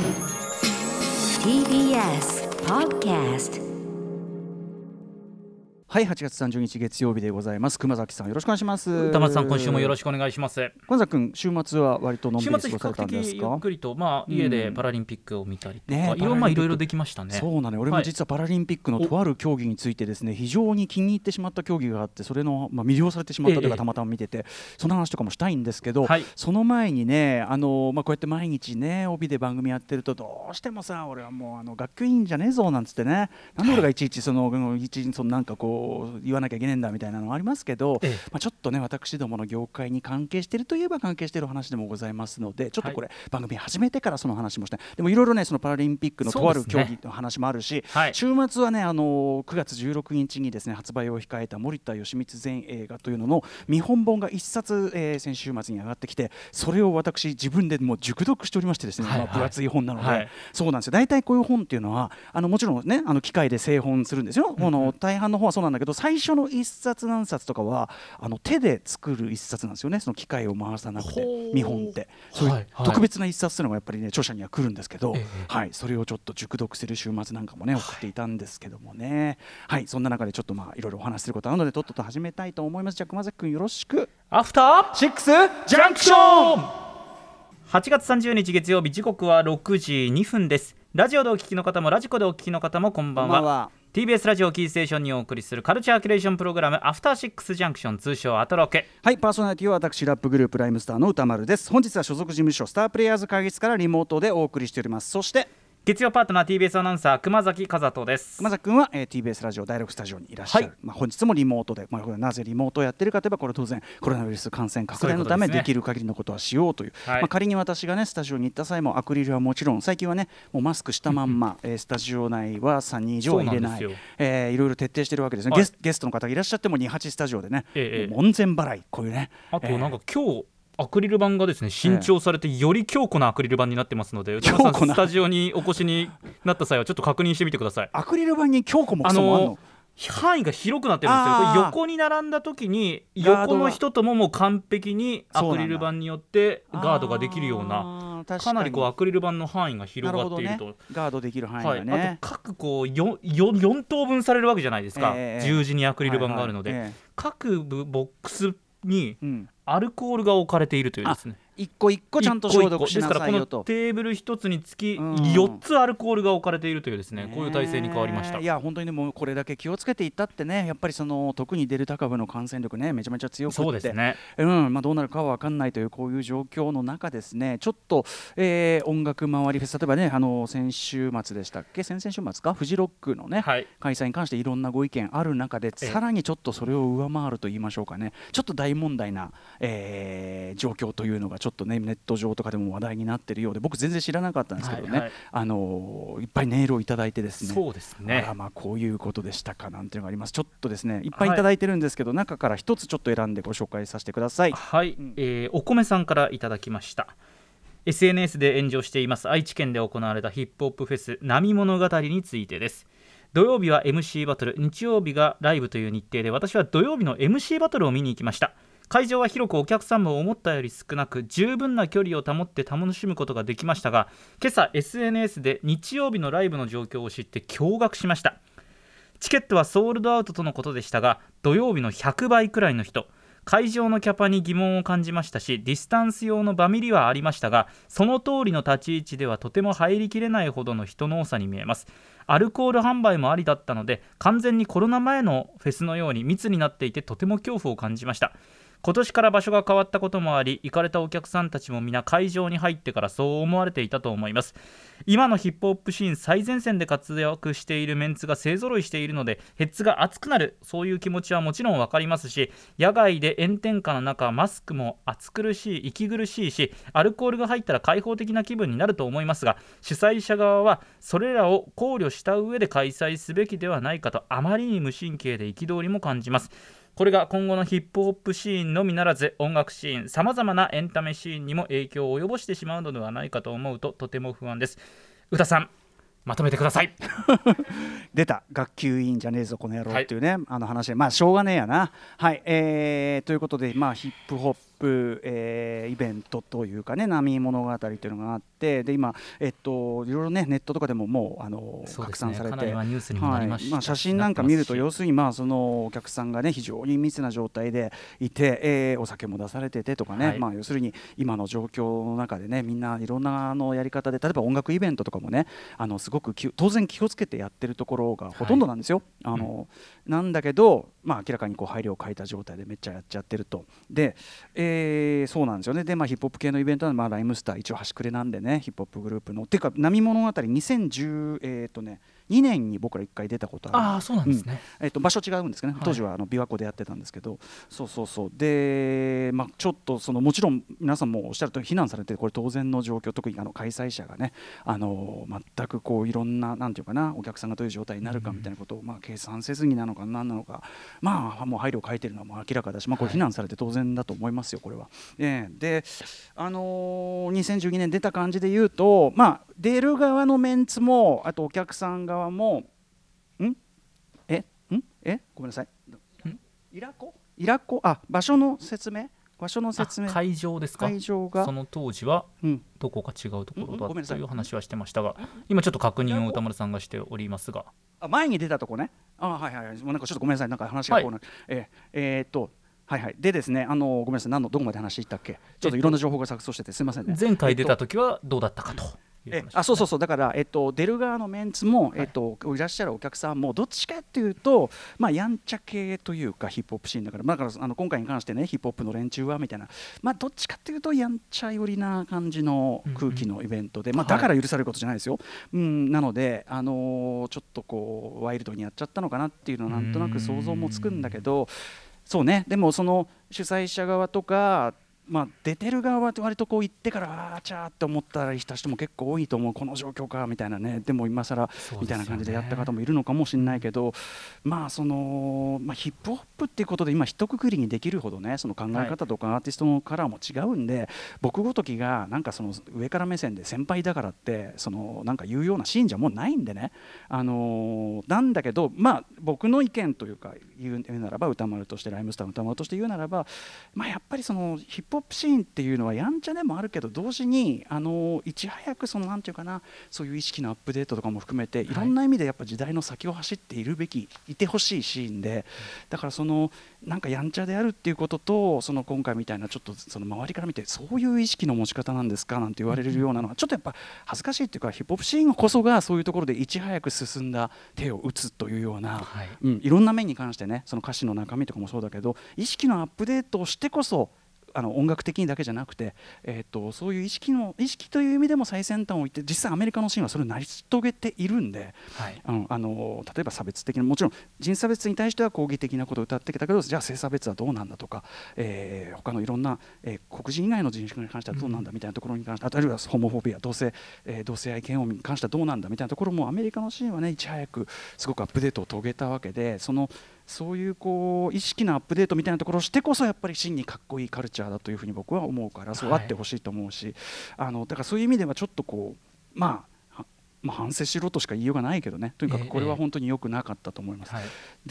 TBS Podcast。 はい、8月30日月曜日でございます。熊崎さん、よろしくお願いします。 歌丸さん、今週もよろしくお願いします。 熊崎君、週末は割とのんびり過ごされたんですか？ 週末比較的ゆっくりと、家でパラリンピックを見たりとか、いろいろできましたね。 そうなの、俺も実はパラリンピックのとある競技についてですね、非常に気に入ってしまった競技があって、それの、魅了されてしまったというか、たまたま見ててその話とかもしたいんですけど、その前にね、こうやって毎日ね帯で番組やってると、どうしてもさ、俺はもう学級委員じゃねえぞなんつってね、なんで俺がいちいちなんかこう言わなきゃいけないんだみたいなのありますけど、ちょっとね、私どもの業界に関係しているといえば関係している話でもございますので、ちょっとこれ、番組始めてからその話もしたい。でもいろいろね、そのパラリンピックのとある競技の話もあるし、週末はね、9月16日にですね発売を控えた森田義満全映画というのの見本本が1冊、先週末に上がってきて、それを私自分でもう熟読しておりましてですね、分厚い本なので、そうなんですよ。大体こういう本っていうのはもちろんね、機械で製本するんですよ。大半の方はそうなんだけど、最初の1冊何冊とかは手で作る1冊なんですよね。その機械を回さなくて見本って、そういう特別な1冊というのがやっぱりね、著者には来るんですけど、それをちょっと熟読する週末なんかもね送っていたんですけどもね、そんな中でちょっといろいろお話しすることあるので、とっとと始めたいと思います。じゃあ熊崎君、よろしく。 アフターシックスジャンクション。 8月30日月曜日、時刻は6時2分です。ラジオでお聞きの方もラジコでお聞きの方もこんばんは。TBS ラジオキーステーションにお送りするカルチャーキュレーションプログラム、アフターシックスジャンクション、通称アトロケ。 はい、パーソナリティは私、ラップグループライムスターの歌丸です。本日は所属事務所スタープレイヤーズ会議室からリモートでお送りしております。そして月曜パートナー TBS アナウンサー熊崎和人です。 熊崎君は、TBS ラジオ第6スタジオにいらっしゃる、本日もリモートで、なぜリモートをやってるかといえば、これ当然コロナウイルス感染拡大のためできる限りのことはしようという、仮に私がねスタジオに行った際もアクリルはもちろん、最近はねもうマスクしたまんま、スタジオ内は3人以上は入れない、いろいろ徹底してるわけですね。ゲストの方がいらっしゃっても28スタジオでね、門前払い、こういうね、 あとなんか今日アクリル板がですね新調されて、より強固なアクリル板になってますので、歌丸さんスタジオにお越しになった際はちょっと確認してみてください。 アクリル板に強固もクソもあるの？ 範囲が広くなってるんですよ。これ横に並んだ時に横の人とも完璧にアクリル板によってガードができるような、かなりこうアクリル板の範囲が広がっていると、 ガードできる範囲がね、 あと各こう 4等分されるわけじゃないですか、十字にアクリル板があるので、各ボックスにアルコールが置かれているというですね、 一個一個ちゃんと消毒しなさいよと。 ですからこのテーブル一つにつき4つアルコールが置かれているというですね、こういう体制に変わりました。 いや本当にでもこれだけ気をつけていったってね、やっぱりその特にデルタ株の感染力ね、めちゃめちゃ強くて、 そうですね、 どうなるかは分かんないというこういう状況の中ですね、ちょっと、音楽周りフェス、例えばね先週末でしたっけ、先々週末か、フジロックのね、開催に関していろんなご意見ある中で、さらにちょっとそれを上回ると言いましょうかね、ちょっと大問題な、状況というのがちょっとねネット上とかでも話題になっているようで、僕全然知らなかったんですけどね、いっぱいメールをいただいてですね、 そうですね、 こういうことでしたかなんていうのがあります。ちょっとですねいっぱいいただいてるんですけど、中から一つちょっと選んでご紹介させてください。 お米さんからいただきました。 SNS で炎上しています愛知県で行われたヒップホップフェス波物語についてです。土曜日は MC バトル、日曜日がライブという日程で、私は土曜日の MC バトルを見に行きました。会場は広く、お客さんも思ったより少なく、十分な距離を保って楽しむことができましたが、今朝 SNS で日曜日のライブの状況を知って驚愕しました。チケットはソールドアウトとのことでしたが、土曜日の100倍くらいの人、会場のキャパに疑問を感じましたし、ディスタンス用のバミリはありましたが、その通りの立ち位置ではとても入りきれないほどの人の多さに見えます。アルコール販売もありだったので、完全にコロナ前のフェスのように密になっていて、とても恐怖を感じました。今年から場所が変わったこともあり、行かれたお客さんたちも皆会場に入ってからそう思われていたと思います。今のヒップホップシーン最前線で活躍しているメンツが勢ぞろいしているので、ヘッズが熱くなる、そういう気持ちはもちろん分かりますし、野外で炎天下の中、マスクも暑苦しい、息苦しいし、アルコールが入ったら開放的な気分になると思いますが、主催者側はそれらを考慮した上で開催すべきではないかと、あまりに無神経で憤りも感じます。これが今後のヒップホップシーンのみならず、音楽シーン、さまざまなエンタメシーンにも影響を及ぼしてしまうのではないかと思うと、とても不安です。宇田さん、まとめてください。 出た、学級委員じゃねえぞこの野郎っていうね、話で、しょうがねえやな。はい、ということで、ヒップホップ、イベントというかね、波物語というのがあって、で今、いろいろねネットとかでももう拡散されて、 かなりニュースにもなりました、 写真なんか見ると要するにそのお客さんがね非常に密な状態でいて、お酒も出されててとかね、要するに今の状況の中でねみんないろんなやり方で、例えば音楽イベントとかもねすごく当然気をつけてやってるところがほとんどなんですよ。なんだけど、明らかに配慮を欠いた状態でめっちゃやっちゃってると。で、そうなんですよね。で、ヒップホップ系のイベントはライムスター一応端くれなんでね、ヒップホップグループのっていうか波物語2012年に僕ら1回出たことある。 ああ、そうなんですね。 場所違うんですけどね、当時は琵琶湖でやってたんですけど、そうで、ちょっともちろん皆さんもおっしゃるとおり非難されてこれ当然の状況、特に開催者がね全くいろんななんていうかなお客さんがどういう状態になるかみたいなことを計算せずになのか何なのか、もう配慮を欠いてるのはもう明らかだし、これ非難されて当然だと思いますよこれは。で、2012年出た感じで言うと、出る側のメンツもあとお客さん側もごめんなさい、イラコ場所の説明会場ですか。 会場がその当時はどこか違うところだったという話はしてましたが、今ちょっと確認を歌丸さんがしておりますが、 前に出たとこね。はいはい、もうなんかちょっとごめんなさい、なんか話がこうなでですね、ごめんなさい、どこまで話したっけ。ちょっといろんな情報が錯綜しててすみませんね。 前回出た時はどうだったかと。 そうだから、出る側のメンツも、いらっしゃるお客さんもどっちかっていうと、やんちゃ系というかヒップホップシーンだから、だから今回に関してねヒップホップの連中はみたいな、どっちかっていうとやんちゃ寄りな感じの空気のイベントで、だから許されることじゃないですよ。なので、ちょっとワイルドにやっちゃったのかなっていうのはなんとなく想像もつくんだけど、そうね、でもその主催者側とか出てる側は割と行ってからチャーって思ったりした人も結構多いと思う。この状況かみたいなね。でも今更みたいな感じでやった方もいるのかもしれないけど、ヒップホップっていうことで今一括りにできるほどねその考え方とかアーティストのカラーも違うんで、僕ごときがなんかその上から目線で先輩だからってなんか言うようなシーンじゃもうないんでね、なんだけど僕の意見というか言うならば歌丸としてライムスターの歌丸として言うならば、やっぱりそのヒップホップシーンっていうのはやんちゃでもあるけど同時にいち早くなんていうかな、そういう意識のアップデートとかも含めていろんな意味でやっぱ時代の先を走っていてほしいシーンで、だからなんかやんちゃであるっていうことと今回みたいなちょっと周りから見てそういう意識の持ち方なんですかなんて言われるようなのはちょっとやっぱ恥ずかしいっていうか、ヒップホップシーンこそがそういうところでいち早く進んだ手を打つというような、いろんな面に関してね、その歌詞の中身とかもそうだけど意識のアップデートをしてこそ音楽的にだけじゃなくて、そういう意識という意味でも最先端を置いて、実際アメリカのシーンはそれを成し遂げているんで、例えば差別的な、もちろん人差別に対しては抗議的なことを歌ってきたけど、じゃあ性差別はどうなんだとか、他のいろんな、黒人以外の人種に関してはどうなんだみたいなところに関して、あるいはホモフォビア、同性愛嫌悪に関してはどうなんだみたいなところもアメリカのシーンはねいち早くすごくアップデートを遂げたわけで、そういう意識のアップデートみたいなところをしてこそやっぱり真にかっこいいカルチャーだというふうに僕は思うから、そうあってほしいと思うし、だからそういう意味ではちょっと反省しろとしか言いようがないけどね、とにかくこれは本当に良くなかったと思います。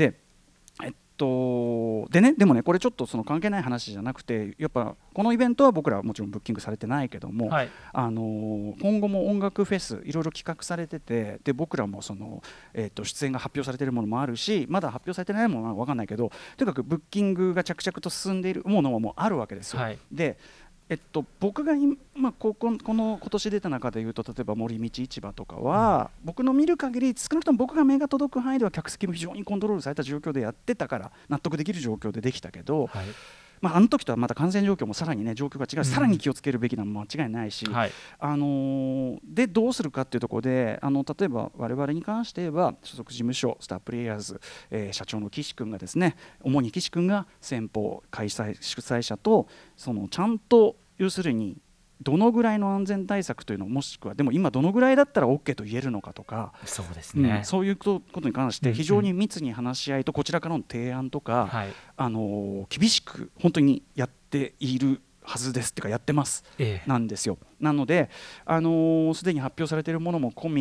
でもねこれちょっと関係ない話じゃなくて、やっぱこのイベントは僕らはもちろんブッキングされてないけども、今後も音楽フェスいろいろ企画されてて、で僕らも出演が発表されているものもあるし、まだ発表されてないものは分かんないけど、とにかくブッキングが着々と進んでいるものはもうあるわけですよ。で僕が今年出た中でいうと、例えば森道市場とかは、僕の見る限り少なくとも僕が目が届く範囲では客席も非常にコントロールされた状況でやってたから納得できる状況でできたけど、あの時とはまた感染状況もさらにね状況が違う、さらに気をつけるべきなのも間違いないし、でどうするかっていうところで、例えば我々に関して言えば所属事務所スタープレイヤーズ、社長の岸君がですね、主に岸君が先方主催者とちゃんと要するにどのぐらいの安全対策というのを、もしくはでも今どのぐらいだったら OK と言えるのかとか、 そうですね、 そういうことに関して非常に密に話し合いとこちらからの提案とか、厳しく本当にやっているはずですっていうかやってます、なんですよ。なので、すでに発表されているものも込み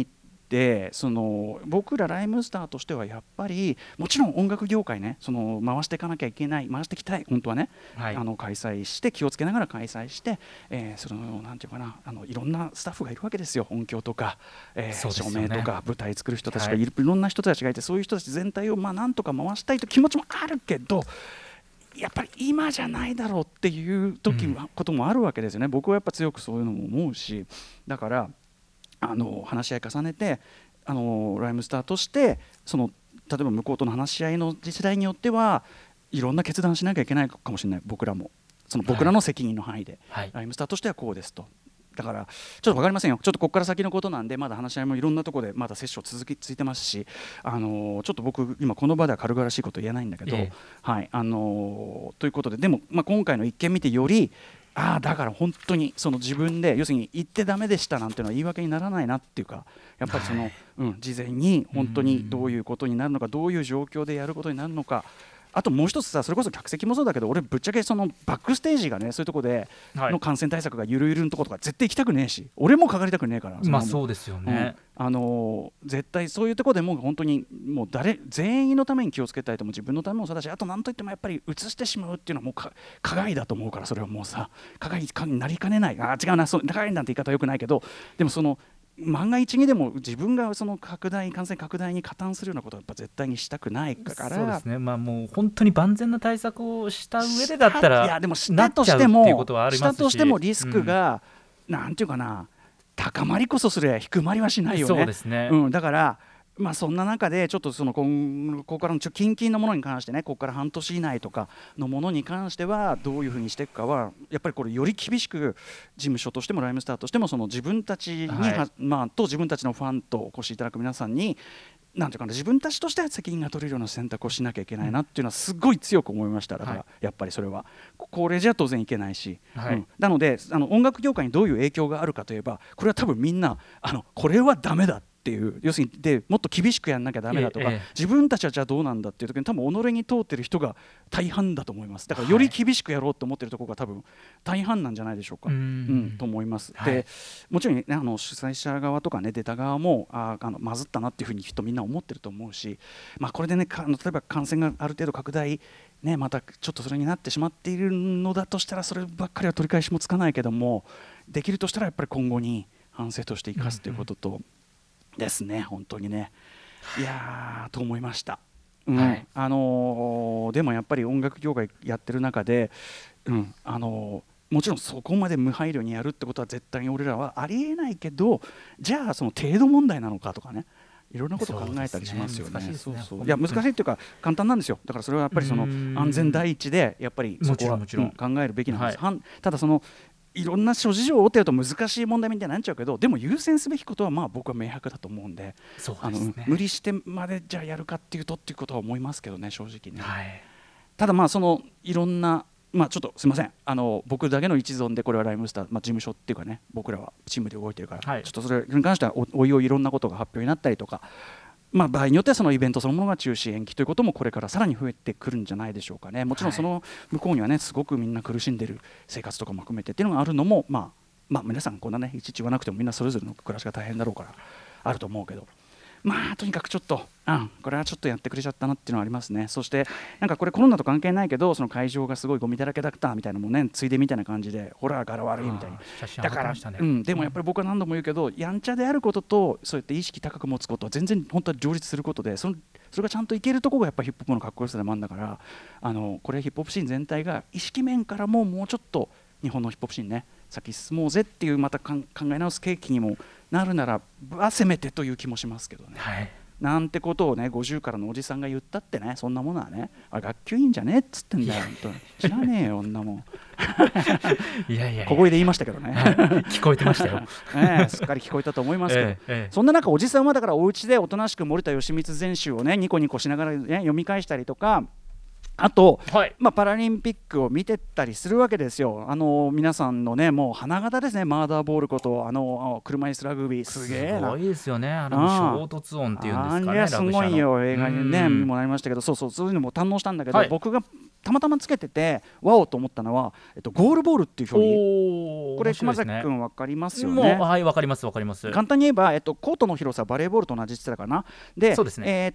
で僕らライムスターとしてはやっぱりもちろん音楽業界ね回していかなきゃいけない回していきたい本当はね、開催して気をつけながら開催して、なんていうかないろんなスタッフがいるわけですよ。音響とか、照明とか舞台作る人たちがいろんな人たちがいて、そういう人たち全体をなんとか回したいという気持ちもあるけど、やっぱり今じゃないだろうっていうこともあるわけですよね。僕はやっぱ強くそういうのも思うし、だから話し合い重ねてライムスターとして例えば向こうとの話し合いの時代によってはいろんな決断しなきゃいけないかもしれない。僕らも僕らの責任の範囲で、ライムスターとしてはこうですと。だからちょっと分かりませんよ。ちょっとここから先のことなんでまだ話し合いもいろんなところでまだセッション続いてますし、ちょっと僕今この場では軽々しいこと言えないんだけど、ということででも、今回の一件見てよりだから本当に自分で要するに言ってダメでしたなんていうのは言い訳にならないなっていうか、やっぱり事前に本当にどういうことになるのか、どういう状況でやることになるのか。あともう一つさ、それこそ客席もそうだけど、俺ぶっちゃけバックステージがね、そういうところでの感染対策がゆるゆるのところとか絶対行きたくねえし、俺もかかりたくねえから。 そうですよね、 絶対そういうところでもう本当にもう全員のために気をつけたいと思う。自分のためもそうだし、あと何といってもやっぱり移してしまうっていうのはもう加害だと思うから、それはもうさ加害になりかねない。違うな、加害なんて言い方はよくないけど、でも万が一にでも自分が感染拡大に加担するようなことはやっぱ絶対にしたくないから。 そうですね、もう本当に万全な対策をした上でだったらいやでもしたとしてもリスクが、なんていうかな、高まりこそすれば低まりはしないよね。 そうですね、 だからそんな中でちょっとここからの近々のものに関してね、ここから半年以内とかのものに関してはどういうふうにしていくかはやっぱりこれより厳しく事務所としてもライムスターとしても自分たちに、と自分たちのファンとお越しいただく皆さんになんていうかな、自分たちとしては責任が取れるような選択をしなきゃいけないなっていうのはすごい強く思いました。だからやっぱりそれはこれじゃ当然いけないし、なので音楽業界にどういう影響があるかといえば、これは多分みんなこれはダメだっていう、要するにもっと厳しくやんなきゃダメだとか、自分たちはじゃあどうなんだっていう時に多分己に通ってる人が大半だと思います。だからより厳しくやろうと思ってるところが多分大半なんじゃないでしょうか。と思います。でもちろん、ね、主催者側とかね出た側もまずったなっていうふうにきっとみんな思ってると思うし、これでね例えば感染がある程度拡大ね、またちょっとそれになってしまっているのだとしたらそればっかりは取り返しもつかないけども、できるとしたらやっぱり今後に反省として生かすということとですね、本当にね、いやと思いました。でもやっぱり音楽業界やってる中で、もちろんそこまで無配慮にやるってことは絶対に俺らはありえないけど、じゃあ程度問題なのかとかね、いろんなことを考えたりしますよね。いや難しいっていうか簡単なんですよ。だからそれはやっぱり安全第一でやっぱりそこは考えるべきなんです。ただいろんな諸事情を追ってると難しい問題みたいになっちゃうけど、でも優先すべきことは僕は明白だと思うんで、無理してまでじゃあやるかっていうことは思いますけどね、正直ね。ただいろんなちょっとすみません、僕だけの一存でこれはライムスター、事務所っていうかね、僕らはチームで動いてるから、ちょっとそれに関してはおいおいいろんなことが発表になったりとか、場合によってはそのイベントそのものが中止延期ということもこれからさらに増えてくるんじゃないでしょうかね。もちろんその向こうにはねすごくみんな苦しんでる生活とかも含めてっていうのがあるのも皆さんこんなねいちいち言わなくてもみんなそれぞれの暮らしが大変だろうからあると思うけど、とにかくちょっとこれはちょっとやってくれちゃったなっていうのはありますね。そしてなんかこれコロナと関係ないけど、その会場がすごいゴミだらけだったみたいなのもねついでみたいな感じで、ほら柄悪いみたいにだから、でもやっぱり僕は何度も言うけど、やんちゃであることとそうやって意識高く持つことは全然本当は両立することで、それがちゃんといけるところがやっぱりヒップホップのかっこよさでもあるんだから、これヒップホップシーン全体が意識面からもうちょっと日本のヒップホップシーンね先進もうぜっていうまた考え直す契機にもなるならばせめてという気もしますけどね。なんてことをね50からのおじさんが言ったってね、そんなものはね学級委員じゃねえっつってんだよ。知らねえよ女もんいや小声で言いましたけどね、 聞こえてましたよすっかり聞こえたと思いますけど、そんな中おじさんはだからお家でおとなしく森田義満全集をねニコニコしながら、ね、読み返したりとか、あと、パラリンピックを見てったりするわけですよ。皆さんのねもう花形ですね、マーダーボールこと車椅子ラグビーすげえな、 すごいですよね、衝突音っていうんですかね、 すごいよ、映画にねもなりましたけど、そういうのも堪能したんだけど、僕がたまたまつけててワオと思ったのは、ゴールボールっていう競技。これ熊崎君分かりますよね。 はい、分かります分かります。 簡単に言えば、コートの広さバレーボールと同じって言ってたかな。で、 そうですね、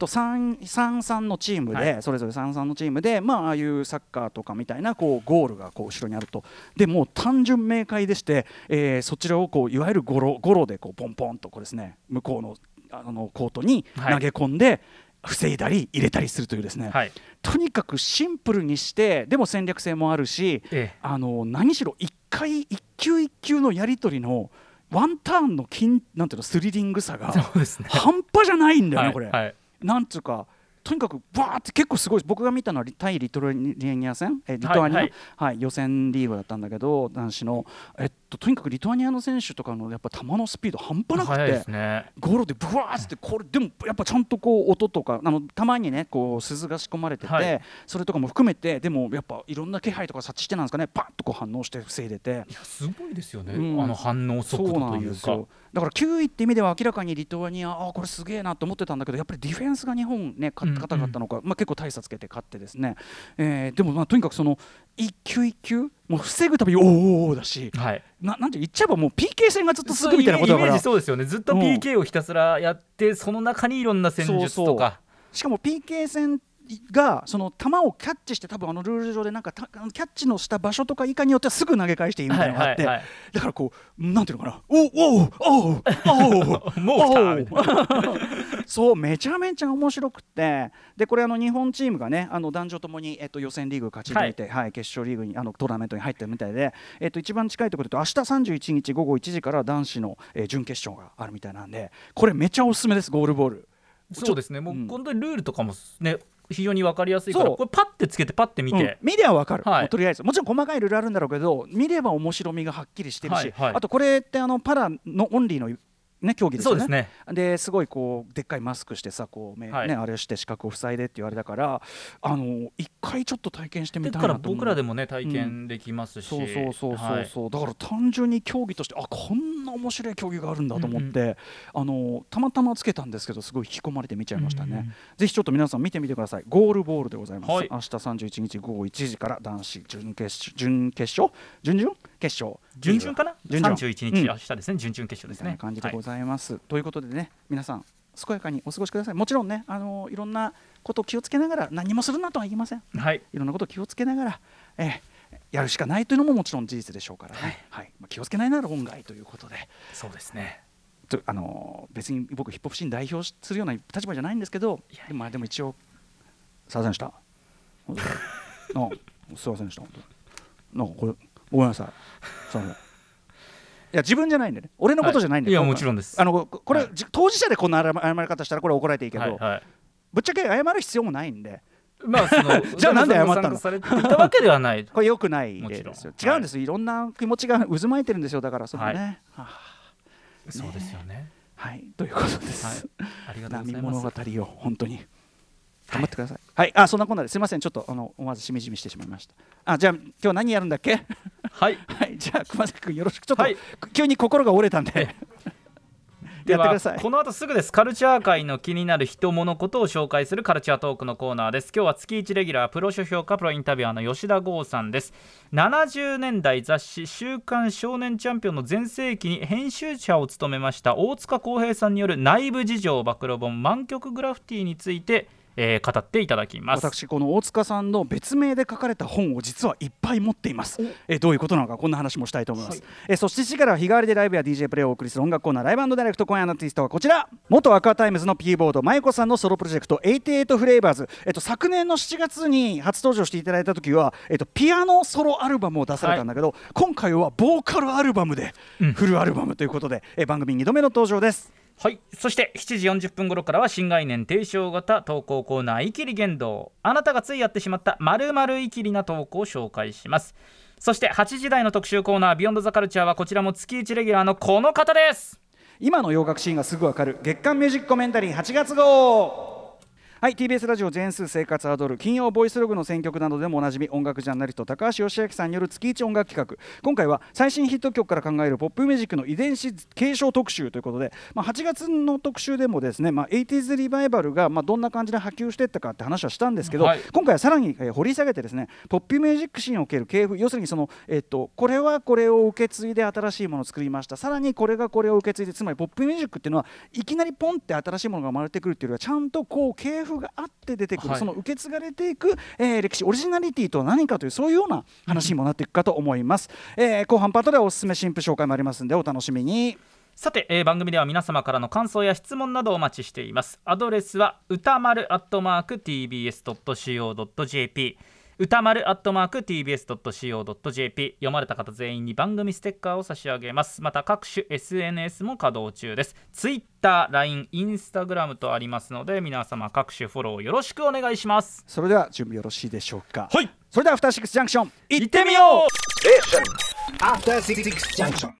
3-3のチームで、それぞれ3-3のチームで、ああいうサッカーとかみたいなこうゴールがこう後ろにあると。でもう単純明快でして、そちらをこういわゆるゴロでこうポンポンとこうですね、向こうのコートに投げ込んで、防いだり入れたりするというですね、とにかくシンプルにしてでも戦略性もあるし、何しろ一球一球のやり取りのワンターンのなんていうのスリリングさが半端じゃないんだよね、これ。なんつうかとにかくバーって結構すごい。僕が見たのは対リトアニア戦、リトアニア、予選リーグだったんだけど、男子の、とにかくリトアニアの選手とかのやっぱ球のスピード半端なくて、ゴロでブワーってこれでもやっぱちゃんとこう音とかたまにねこう鈴が仕込まれてて、それとかも含めてでもやっぱいろんな気配とか察知してなんですかね、パッとこう反応して防いでて、 いやすごいですよね、反応速度というか。 だから9位って意味では明らかにリトアニアこれすげえなと思ってたんだけど、やっぱりディフェンスが日本ね勝ったのか、結構大差つけて勝ってですね、でもとにかくその一球一球もう防ぐたびにおおだし、なんて言っちゃえばもう PK 戦がずっと続くみたいなことだから、 イメージそうですよね。ずっと PK をひたすらやって、その中にいろんな戦術とか、 しかも PK 戦がその球をキャッチして多分ルール上でなんかキャッチのした場所とか以下によってはすぐ投げ返していいみたいなのがあって、だからこうなんていうのかな、もう来たそうめちゃめちゃ面白くて、でこれ日本チームがね男女ともに予選リーグ勝ち抜いて、決勝リーグにトーナメントに入ってるみたいで、一番近いところで明日31日午後1時から男子の準決勝があるみたいなんで、これめちゃおすすめです。ゴールボール。 そうですね、もう本当にルールとかもね非常に分かりやすいから、これパッてつけてパッて見て、 見れば分かる、とりあえずもちろん細かいルールあるんだろうけど、見れば面白みがはっきりしてるし、あとこれってパラのオンリーの競技ですよね。ですごいこうでっかいマスクしてさこうあれして視覚を塞いでっていうあれだから、一回ちょっと体験してみたいなと思う。 だから僕らでもね体験できますし、 そうだから単純に競技としてこんな面白い競技があるんだと思って、たまたまつけたんですけどすごい引き込まれて見ちゃいましたね。ぜひちょっと皆さん見てみてください。ゴールボールでございます。明日31日午後1時から男子準決勝準々かな、31日明日ですね、準々決勝ですね、みたいな感じでございます。ということでね、皆さん健やかにお過ごしください。もちろんねいろんなことを気をつけながら、何もするなとは言いません、いろんなことを気をつけながら、やるしかないというのももちろん事実でしょうからね、気をつけないなら論外ということで。そうですね、別に僕ヒップホップシーン代表するような立場じゃないんですけど、でも一応すいませんでしたすいませんでした、本当なんかこれごめんなさい。いや自分じゃないんでね、俺のことじゃないんで、 いやもちろんです。 これ、当事者でこんな謝り方したらこれ怒られていいけど、ぶっちゃけ謝る必要もないんで、じゃあなんで謝ったの？ されていたわけではない。 これ良くない例ですよ。違うんです。いろんな気持ちが渦巻いてるんですよ。だからそのね。 そうですよね。 ということです。 ありがとうございます。 波物語を本当に頑張ってください。そんなこんなですいません、ちょっと思わずしみじみしてしまいました。じゃあ今日何やるんだっけ？じゃあ熊崎君よろしく。ちょっと急に心が折れたんでやってください。 この後すぐです。カルチャー界の気になる人物ことを紹介するカルチャートークのコーナーです。今日は月1レギュラープロ書評家プロインタビュアーの吉田剛さんです。70年代雑誌週刊少年チャンピオンの全盛期に編集者を務めました大塚康平さんによる内部事情暴露本満曲グラフィティについて語っていただきます。 私この大塚さんの別名で書かれた本を実はいっぱい持っています。どういうことなのかこんな話もしたいと思います。そして7時からは日替わりでライブや DJ プレイをお送りする音楽コーナーライブ&ダイレクト。今夜のアーティストはこちら、元アクアタイムズの P ボードまゆこさんのソロプロジェクト88フレーバーズ。昨年の7月に初登場していただいた時は、ピアノソロアルバムを出されたんだけど、今回はボーカルアルバムで、フルアルバムということで、番組2度目の登場です。 そして7時40分頃からは新概念提唱型投稿コーナーイキリ言動。あなたがついやってしまった〇〇イキリな投稿を紹介します。そして8時台の特集コーナービヨンドザカルチャーはこちらも月1レギュラーのこの方です。 今の洋楽シーンがすぐわかる月刊ミュージックコメンタリー8月号。 はい、 TBS ラジオ全数生活アドル金曜ボイスログの選曲などでもおなじみ音楽ジャーナリスト高橋義明さんによる月一音楽企画、今回は最新ヒット曲から考えるポップミュージックの遺伝子継承特集ということで、8月の特集でもですね、80s リバイバルがどんな感じで波及していったかって話はしたんですけど、今回はさらに掘り下げてですね、ポップミュージックシーンにおける系譜、要するにその、これはこれを受け継いで新しいものを作りました、さらにこれがこれを受け継いで、つまりポップミュージックっていうのはいきなりポンって新しいものが生まれてくるっていうよりは、ちゃんとこう系譜があって出てくる、その受け継がれていく、歴史オリジナリティとは何かという、そういうような話にもなっていくかと思います。後半パートではおすすめ新譜紹介もありますのでお楽しみに。 さて、番組では皆様からの感想や質問などをお待ちしています。アドレスは歌丸@tbs.co.jp、歌丸@tbs.co.jp、 読まれた方全員に番組ステッカーを差し上げます。また各種 SNS も稼働中です。 Twitter、LINE、Instagram とありますので、皆様各種フォローよろしくお願いします。 それでは準備よろしいでしょうか。 はい、 それではアフターシックスジャンクション行ってみよう。 アフターシックスジャンクション。